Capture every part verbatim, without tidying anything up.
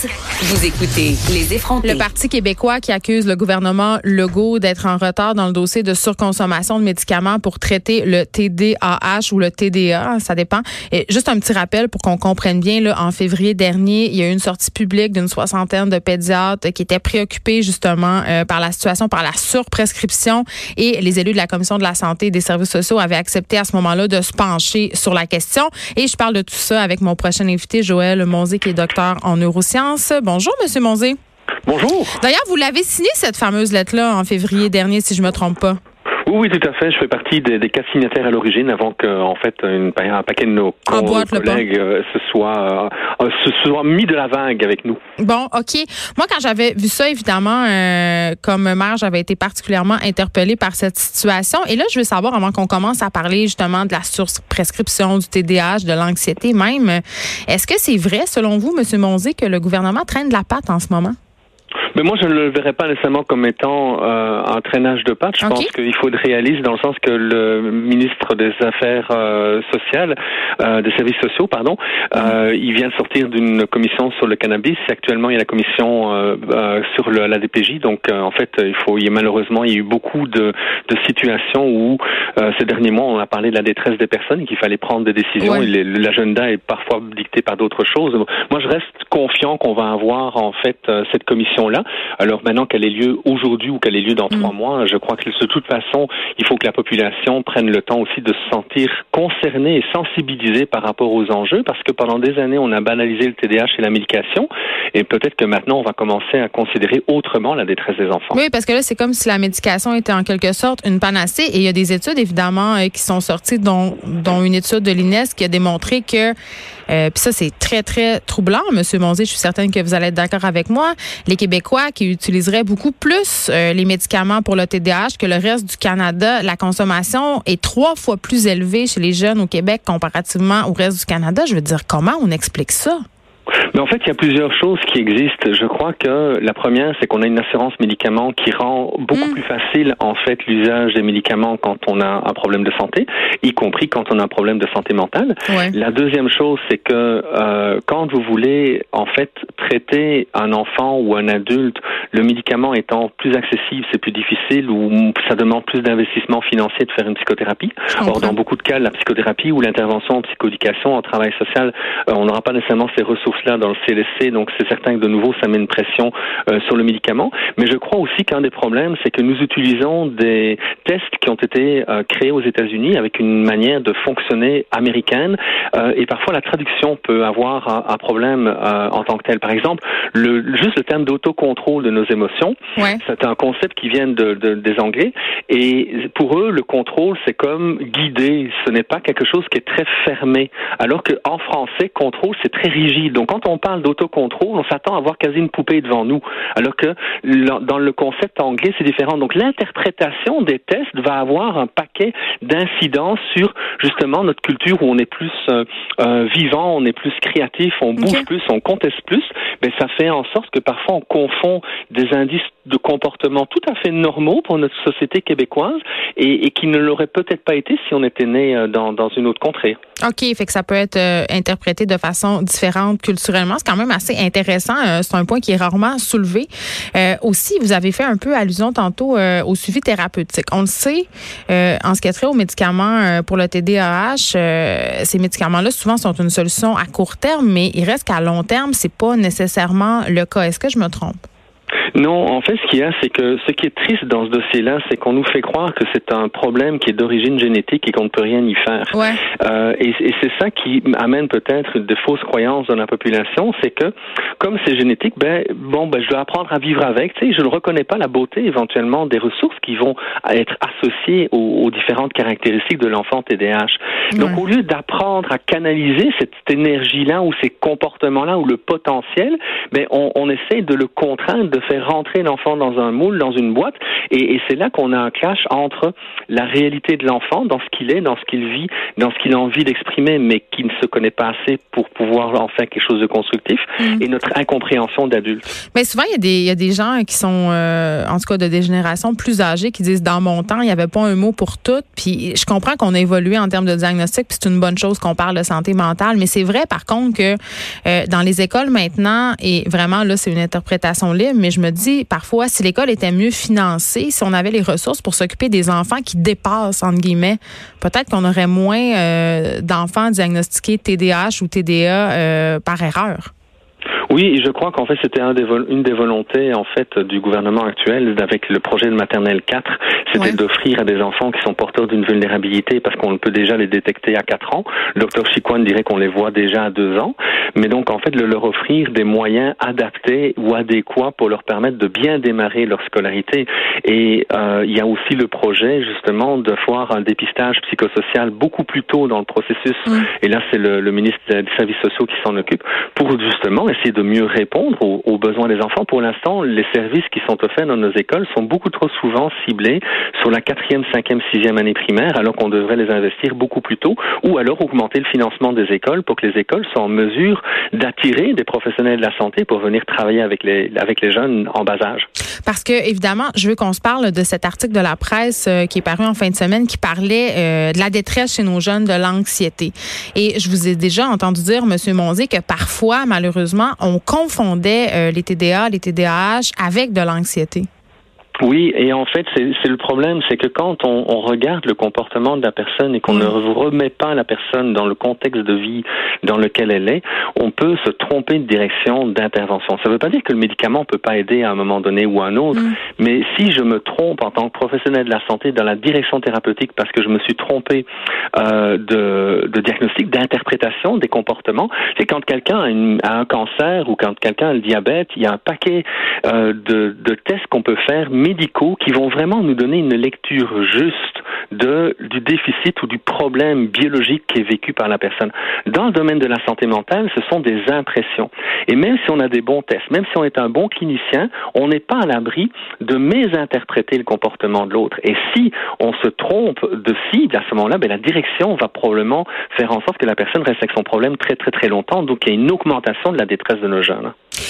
Vous écoutez Les Effrontés. Le Parti québécois qui accuse le gouvernement Legault d'être en retard dans le dossier de surconsommation de médicaments pour traiter le T D A H ou le T D A, ça dépend. Et juste un petit rappel pour qu'on comprenne bien, là, en février dernier, il y a eu une sortie publique d'une soixantaine de pédiatres qui étaient préoccupés justement euh, par la situation, par la surprescription, et les élus de la Commission de la santé et des services sociaux avaient accepté à ce moment-là de se pencher sur la question. Et je parle de tout ça avec mon prochain invité, Joël Monzé, qui est docteur en neurosciences. Bonjour, Monsieur Monzé. Bonjour. D'ailleurs, vous l'avez signé, cette fameuse lettre-là, en février dernier, si je me trompe pas. Oui, oui, tout à fait. Je fais partie des, des quatre signataires à l'origine avant que, en fait, une, un paquet de nos en boîte, collègues euh, se soit euh, se soit mis de la vague avec nous. Bon, OK. Moi, quand j'avais vu ça, évidemment, euh, comme mère, j'avais été particulièrement interpellée par cette situation. Et là, je veux savoir, avant qu'on commence à parler justement de la surprescription, du T D A H, de l'anxiété même, est-ce que c'est vrai, selon vous, M. Monzé, que le gouvernement traîne de la patte en ce moment? Mais moi, je ne le verrais pas nécessairement comme étant euh, un traînage de pattes. Je okay. pense qu'il faut être réaliste dans le sens que le ministre des Affaires euh, sociales, euh, des services sociaux, pardon, euh, il vient de sortir d'une commission sur le cannabis. Actuellement, il y a la commission euh, euh, sur le, la D P J. Donc, euh, en fait, il faut, il y a malheureusement, il y a eu beaucoup de, de situations où euh, ces derniers mois, on a parlé de la détresse des personnes et qu'il fallait prendre des décisions. Ouais. Et l'agenda est parfois dicté par d'autres choses. Moi, je reste confiant qu'on va avoir en fait euh, cette commission-là. Alors maintenant qu'elle ait lieu aujourd'hui ou qu'elle ait lieu dans mmh. trois mois, je crois que de toute façon, il faut que la population prenne le temps aussi de se sentir concernée et sensibilisée par rapport aux enjeux, parce que pendant des années, on a banalisé le T D A H et la médication, et peut-être que maintenant, on va commencer à considérer autrement la détresse des enfants. Oui, parce que là, c'est comme si la médication était en quelque sorte une panacée, et il y a des études, évidemment, euh, qui sont sorties, dont, dont une étude de l'I N E S qui a démontré que, euh, puis ça, c'est très, très troublant, M. Monzé, je suis certaine que vous allez être d'accord avec moi, les Québécois qui utiliseraient beaucoup plus euh, les médicaments pour le T D A H que le reste du Canada. La consommation est trois fois plus élevée chez les jeunes au Québec comparativement au reste du Canada. Je veux dire, comment on explique ça? Mais en fait, il y a plusieurs choses qui existent. Je crois que la première, c'est qu'on a une assurance médicaments qui rend beaucoup mmh. plus facile, en fait, l'usage des médicaments quand on a un problème de santé, y compris quand on a un problème de santé mentale. Ouais. La deuxième chose, c'est que euh, quand vous voulez, en fait, traiter un enfant ou un adulte, le médicament étant plus accessible, c'est plus difficile ou ça demande plus d'investissement financier de faire une psychothérapie. Or, dans beaucoup de cas, la psychothérapie ou l'intervention en psychoéducation, en travail social, euh, on n'aura pas nécessairement ces ressources là dans le C L S C, donc c'est certain que de nouveau ça met une pression euh, sur le médicament, mais je crois aussi qu'un des problèmes, c'est que nous utilisons des tests qui ont été euh, créés aux États-Unis avec une manière de fonctionner américaine, euh, et parfois la traduction peut avoir un, un problème euh, en tant que tel. Par exemple, le, juste le terme d'autocontrôle de nos émotions, ouais. c'est un concept qui vient de, de, des Anglais, et pour eux, le contrôle, c'est comme guider, ce n'est pas quelque chose qui est très fermé, alors qu'en français, contrôle, c'est très rigide. Donc, quand on parle d'autocontrôle, on s'attend à voir quasi une poupée devant nous, alors que dans le concept anglais, c'est différent. Donc, l'interprétation des tests va avoir un paquet d'incidences sur, justement, notre culture où on est plus euh, euh, vivant, on est plus créatif, on bouge okay. plus, on conteste plus. Ben, ça fait en sorte que parfois, on confond des indices de comportement tout à fait normaux pour notre société québécoise et, et qui ne l'auraient peut-être pas été si on était né dans, dans une autre contrée. OK, fait que ça peut être euh, interprété de façon différente culturellement. C'est quand même assez intéressant. Euh, c'est un point qui est rarement soulevé. Euh, aussi, vous avez fait un peu allusion tantôt euh, au suivi thérapeutique. On le sait, euh, en ce qui a trait aux médicaments euh, pour le T D A H, euh, ces médicaments-là, souvent, sont une solution à court terme, mais il reste qu'à long terme, c'est pas nécessairement le cas. Est-ce que je me trompe? Non, en fait, ce qu'il y a, c'est que ce qui est triste dans ce dossier-là, c'est qu'on nous fait croire que c'est un problème qui est d'origine génétique et qu'on ne peut rien y faire. Ouais. Euh, et, et c'est ça qui amène peut-être de fausses croyances dans la population, c'est que comme c'est génétique, ben bon, ben je dois apprendre à vivre avec. Tu sais, je ne reconnais pas la beauté éventuellement des ressources qui vont être associées aux, aux différentes caractéristiques de l'enfant T D A H. Ouais. Donc, au lieu d'apprendre à canaliser cette énergie-là ou ces comportements-là ou le potentiel, ben on, on essaie de le contraindre de faire rentrer l'enfant dans un moule, dans une boîte, et, et c'est là qu'on a un clash entre la réalité de l'enfant, dans ce qu'il est, dans ce qu'il vit, dans ce qu'il a envie d'exprimer, mais qui ne se connaît pas assez pour pouvoir en faire quelque chose de constructif, mmh. et notre incompréhension d'adulte. Mais souvent, il y a des, il y a des gens qui sont, euh, en tout cas de des générations plus âgées, qui disent, dans mon temps, il n'y avait pas un mot pour tout, puis je comprends qu'on a évolué en termes de diagnostic, puis c'est une bonne chose qu'on parle de santé mentale, mais c'est vrai, par contre, que euh, dans les écoles maintenant, et vraiment, là, c'est une interprétation libre, mais je me dis, parfois, si l'école était mieux financée, si on avait les ressources pour s'occuper des enfants qui dépassent, entre guillemets, peut-être qu'on aurait moins euh, d'enfants diagnostiqués T D A H ou T D A euh, par erreur. Oui, je crois qu'en fait, c'était un des vol- une des volontés en fait du gouvernement actuel avec le projet de maternelle quatre, c'était ouais. d'offrir à des enfants qui sont porteurs d'une vulnérabilité, parce qu'on peut déjà les détecter à quatre ans. Le docteur Chicoine dirait qu'on les voit déjà à deux ans. Mais donc, en fait, le, leur offrir des moyens adaptés ou adéquats pour leur permettre de bien démarrer leur scolarité. Et euh, il y a aussi le projet, justement, de faire un dépistage psychosocial beaucoup plus tôt dans le processus. Mmh. Et là, c'est le, le ministre des Services sociaux qui s'en occupe, pour justement essayer de mieux répondre aux, aux besoins des enfants. Pour l'instant, les services qui sont offerts dans nos écoles sont beaucoup trop souvent ciblés sur la quatrième, cinquième, sixième année primaire, alors qu'on devrait les investir beaucoup plus tôt, ou alors augmenter le financement des écoles pour que les écoles soient en mesure d'attirer des professionnels de la santé pour venir travailler avec les, avec les jeunes en bas âge. Parce que, évidemment, je veux qu'on se parle de cet article de la presse euh, qui est paru en fin de semaine, qui parlait euh, de la détresse chez nos jeunes, de l'anxiété. Et je vous ai déjà entendu dire, M. Monzé, que parfois, malheureusement, on confondait euh, les T D A, les T D A H avec de l'anxiété. Oui, et en fait, c'est, c'est le problème, c'est que quand on, on regarde le comportement de la personne et qu'on mmh. ne remet pas la personne dans le contexte de vie dans lequel elle est, on peut se tromper de direction d'intervention. Ça ne veut pas dire que le médicament ne peut pas aider à un moment donné ou à un autre, mmh. mais si je me trompe en tant que professionnel de la santé dans la direction thérapeutique parce que je me suis trompé euh, de, de diagnostic, d'interprétation des comportements, c'est quand quelqu'un a, une, a un cancer ou quand quelqu'un a le diabète, il y a un paquet euh, de, de tests qu'on peut faire médicaux qui vont vraiment nous donner une lecture juste de, du déficit ou du problème biologique qui est vécu par la personne. Dans le domaine de la santé mentale, ce sont des impressions. Et même si on a des bons tests, même si on est un bon clinicien, on n'est pas à l'abri de mésinterpréter le comportement de l'autre. Et si on se trompe de cible, à ce moment-là, ben, la direction va probablement faire en sorte que la personne reste avec son problème très, très, très longtemps. Donc, il y a une augmentation de la détresse de nos jeunes.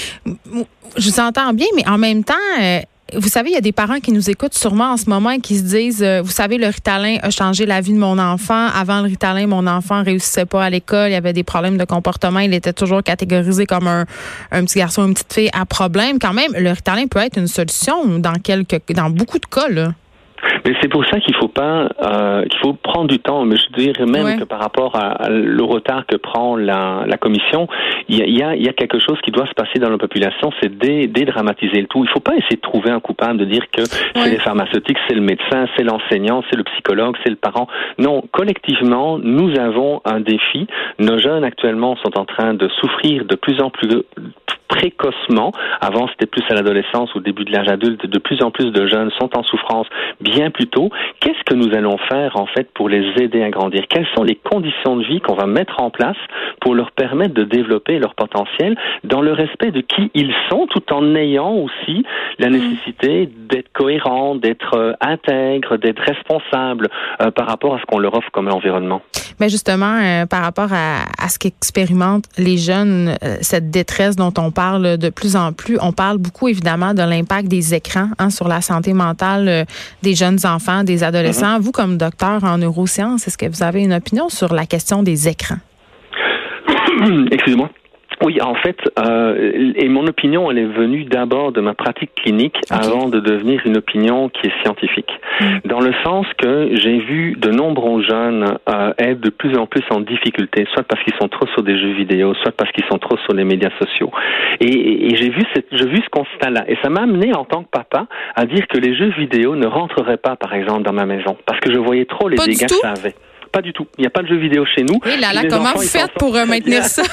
Je vous entends bien, mais en même temps... Euh... Vous savez, il y a des parents qui nous écoutent sûrement en ce moment et qui se disent, euh, vous savez, le Ritalin a changé la vie de mon enfant. Avant le Ritalin, mon enfant réussissait pas à l'école. Il y avait des problèmes de comportement. Il était toujours catégorisé comme un, un petit garçon, une petite fille à problème. Quand même, le Ritalin peut être une solution dans quelques, dans beaucoup de cas, là. Mais c'est pour ça qu'il faut pas, euh, qu'il faut prendre du temps. Mais je dirais même ouais. que par rapport à, à le retard que prend la, la commission, il y a, il y a, il y a quelque chose qui doit se passer dans la population, c'est dé, dédramatiser le tout. Il faut pas essayer de trouver un coupable, de dire que ouais. c'est les pharmaceutiques, c'est le médecin, c'est l'enseignant, c'est le psychologue, c'est le parent. Non, collectivement, nous avons un défi. Nos jeunes actuellement sont en train de souffrir de plus en plus précocement. Avant, c'était plus à l'adolescence ou au début de l'âge adulte. De plus en plus de jeunes sont en souffrance bien plus tôt. Qu'est-ce que nous allons faire, en fait, pour les aider à grandir? Quelles sont les conditions de vie qu'on va mettre en place pour leur permettre de développer leur potentiel dans le respect de qui ils sont, tout en ayant aussi la nécessité d'être cohérent, d'être euh, intègre, d'être responsable euh, par rapport à ce qu'on leur offre comme environnement? Mais justement, euh, par rapport à, à ce qu'expérimentent les jeunes, euh, cette détresse dont on parle de plus en plus, on parle beaucoup évidemment de l'impact des écrans hein, sur la santé mentale euh, des jeunes enfants, des adolescents. Mm-hmm. Vous, comme docteur en neurosciences, est-ce que vous avez une opinion sur la question des écrans? Excusez-moi. Oui, en fait, euh, et mon opinion, elle est venue d'abord de ma pratique clinique okay. avant de devenir une opinion qui est scientifique. Mmh. Dans le sens que j'ai vu de nombreux jeunes euh, être de plus en plus en difficulté, soit parce qu'ils sont trop sur des jeux vidéo, soit parce qu'ils sont trop sur les médias sociaux. Et, et, et j'ai vu cette, j'ai vu ce constat-là. Et ça m'a amené en tant que papa à dire que les jeux vidéo ne rentreraient pas, par exemple, dans ma maison, parce que je voyais trop les pas dégâts que ça avait. Pas du tout. Il n'y a pas de jeux vidéo chez nous. Oui, là, là, comment enfants, vous faites pour euh, maintenir ça?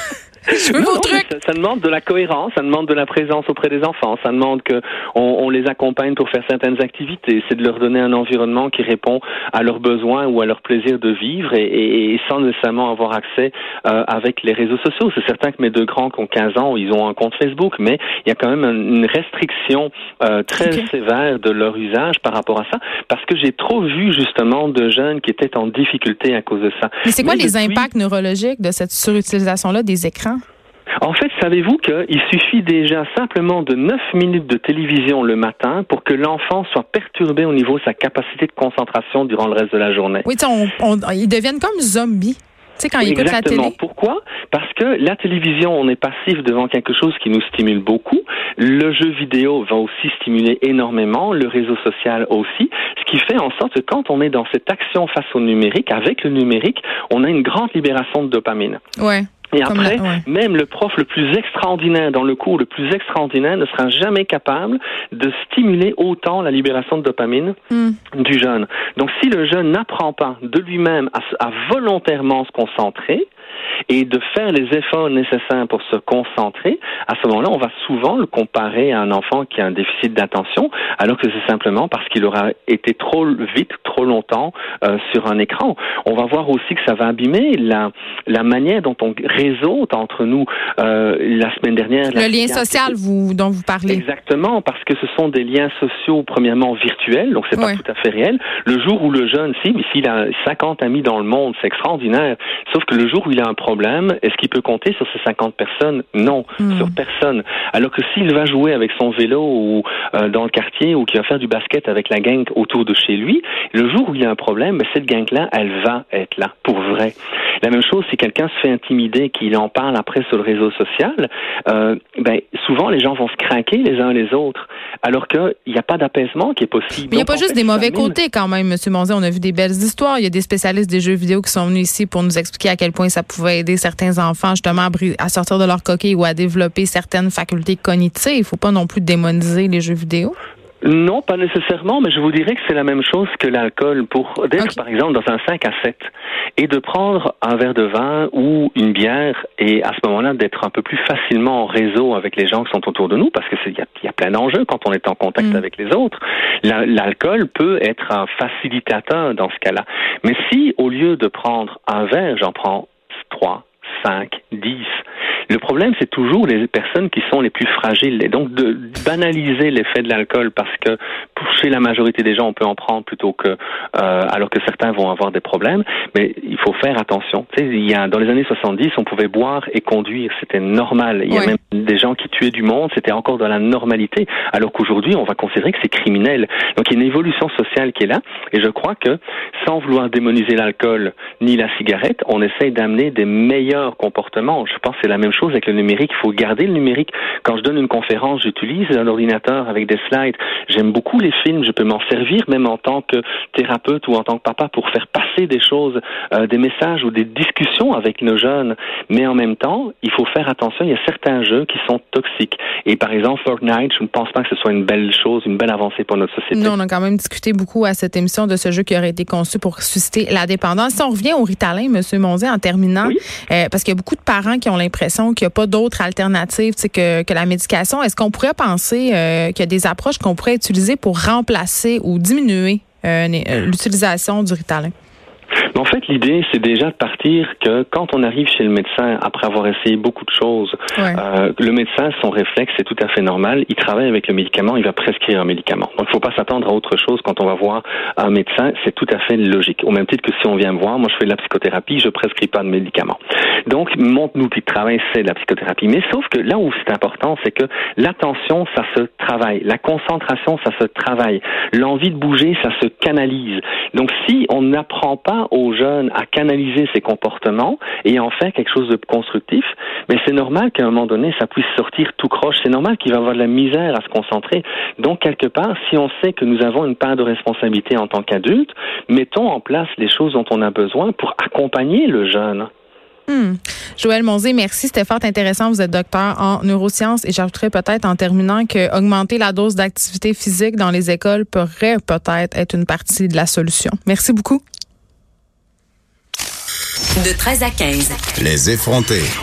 Je veux non, vos non, trucs. Ça, ça demande de la cohérence, ça demande de la présence auprès des enfants, ça demande que on, on les accompagne pour faire certaines activités, c'est de leur donner un environnement qui répond à leurs besoins ou à leur plaisir de vivre et, et, et sans nécessairement avoir accès euh, avec les réseaux sociaux. C'est certain que mes deux grands qui ont quinze ans, ils ont un compte Facebook, mais il y a quand même une restriction euh, très okay. sévère de leur usage par rapport à ça, parce que j'ai trop vu justement de jeunes qui étaient en difficulté à cause de ça. Mais c'est quoi mais les depuis... impacts neurologiques de cette surutilisation-là des écrans? En fait, savez-vous qu'il suffit déjà simplement de neuf minutes de télévision le matin pour que l'enfant soit perturbé au niveau de sa capacité de concentration durant le reste de la journée. Oui, on, on, ils deviennent comme zombies. Tu sais, quand ils écoutent la télé. Pourquoi? Parce que la télévision, on est passif devant quelque chose qui nous stimule beaucoup. Le jeu vidéo va aussi stimuler énormément, le réseau social aussi, ce qui fait en sorte que quand on est dans cette action face au numérique, avec le numérique, on a une grande libération de dopamine. Ouais. Et après, la, ouais. même le prof le plus extraordinaire dans le cours le plus extraordinaire ne sera jamais capable de stimuler autant la libération de dopamine mm. du jeune. Donc, si le jeune n'apprend pas de lui-même à, à volontairement se concentrer et de faire les efforts nécessaires pour se concentrer, à ce moment-là, on va souvent le comparer à un enfant qui a un déficit d'attention, alors que c'est simplement parce qu'il aura été trop vite, trop longtemps euh, sur un écran. On va voir aussi que ça va abîmer la, la manière dont on réseaute entre nous. Euh, la semaine dernière... Le lien social vous, dont vous parlez. Exactement, parce que ce sont des liens sociaux, premièrement, virtuels, donc c'est ouais. pas tout à fait réel. Le jour où le jeune, si, mais s'il a cinquante amis dans le monde, c'est extraordinaire, sauf que le jour où il a un problème, est-ce qu'il peut compter sur ces cinquante personnes? Non, mmh. sur personne. Alors que s'il va jouer avec son vélo ou euh, dans le quartier ou qu'il va faire du basket avec la gang autour de chez lui, le jour où il y a un problème, ben, cette gang-là, elle va être là, pour vrai. La même chose, si quelqu'un se fait intimider, qu'il en parle après sur le réseau social, euh, ben, souvent les gens vont se craquer les uns les autres, alors qu'il n'y a pas d'apaisement qui est possible. Mais il n'y a pas Donc, juste en fait, des mauvais mine... côtés quand même, M. Monzé. On a vu des belles histoires. Il y a des spécialistes des jeux vidéo qui sont venus ici pour nous expliquer à quel point ça pouvait aider certains enfants justement à, bris- à sortir de leur coquille ou à développer certaines facultés cognitives. Il ne faut pas non plus démoniser les jeux vidéo. Non, pas nécessairement, mais je vous dirais que c'est la même chose que l'alcool. Pour d'être, okay. par exemple, dans un cinq à sept et de prendre un verre de vin ou une bière et à ce moment-là d'être un peu plus facilement en réseau avec les gens qui sont autour de nous, parce que c'est, il y a, y a plein d'enjeux quand on est en contact mmh. avec les autres. La, l'alcool peut être un facilitateur dans ce cas-là. Mais si, au lieu de prendre un verre, j'en prends trois, cinq, dix... Le problème, c'est toujours les personnes qui sont les plus fragiles. Et donc, de banaliser l'effet de l'alcool parce que chez la majorité des gens, on peut en prendre plutôt que, euh, alors que certains vont avoir des problèmes. Mais il faut faire attention. Tu sais, il y a, dans les années soixante-dix, on pouvait boire et conduire. C'était normal. Il y a ouais. même des gens qui tuaient du monde. C'était encore dans la normalité. Alors qu'aujourd'hui, on va considérer que c'est criminel. Donc, il y a une évolution sociale qui est là. Et je crois que, sans vouloir démoniser l'alcool ni la cigarette, on essaye d'amener des meilleurs comportements. Je pense que c'est la même chose avec le numérique. Il faut garder le numérique. Quand je donne une conférence, j'utilise un ordinateur avec des slides. J'aime beaucoup les films. Je peux m'en servir même en tant que thérapeute ou en tant que papa pour faire passer des choses, euh, des messages ou des discussions avec nos jeunes. Mais en même temps, il faut faire attention. Il y a certains jeux qui sont toxiques. Et par exemple, Fortnite, je ne pense pas que ce soit une belle chose, une belle avancée pour notre société. Nous, on a quand même discuté beaucoup à cette émission de ce jeu qui aurait été conçu pour susciter la dépendance. Si on revient au Ritalin, M. Monzé, en terminant, oui. euh, parce qu'il y a beaucoup de parents qui ont l'impression qu'il n'y a pas d'autres alternatives que, que la médication. Est-ce qu'on pourrait penser euh, qu'il y a des approches qu'on pourrait utiliser pour remplacer ou diminuer euh, l'utilisation du Ritalin? Mais en fait, l'idée, c'est déjà de partir que quand on arrive chez le médecin, après avoir essayé beaucoup de choses, ouais. euh, le médecin, son réflexe, c'est tout à fait normal. Il travaille avec le médicament, il va prescrire un médicament. Donc, il ne faut pas s'attendre à autre chose quand on va voir un médecin. C'est tout à fait logique. Au même titre que si on vient me voir, moi, je fais de la psychothérapie, je ne prescris pas de médicaments. Donc, mon outil de travail, c'est de la psychothérapie. Mais sauf que là où c'est important, c'est que l'attention, ça se travaille. La concentration, ça se travaille. L'envie de bouger, ça se canalise. Donc, si on n'apprend pas aux jeunes à canaliser ses comportements et en faire quelque chose de constructif, mais c'est normal qu'à un moment donné, ça puisse sortir tout croche. C'est normal qu'il va avoir de la misère à se concentrer. Donc, quelque part, si on sait que nous avons une part de responsabilité en tant qu'adultes, mettons en place les choses dont on a besoin pour accompagner le jeune. Hum. Joël Monzé, merci. C'était fort intéressant. Vous êtes docteur en neurosciences et j'ajouterais peut-être en terminant que augmenter la dose d'activité physique dans les écoles pourrait peut-être être une partie de la solution. Merci beaucoup. De treize à quinze. Les effrontés.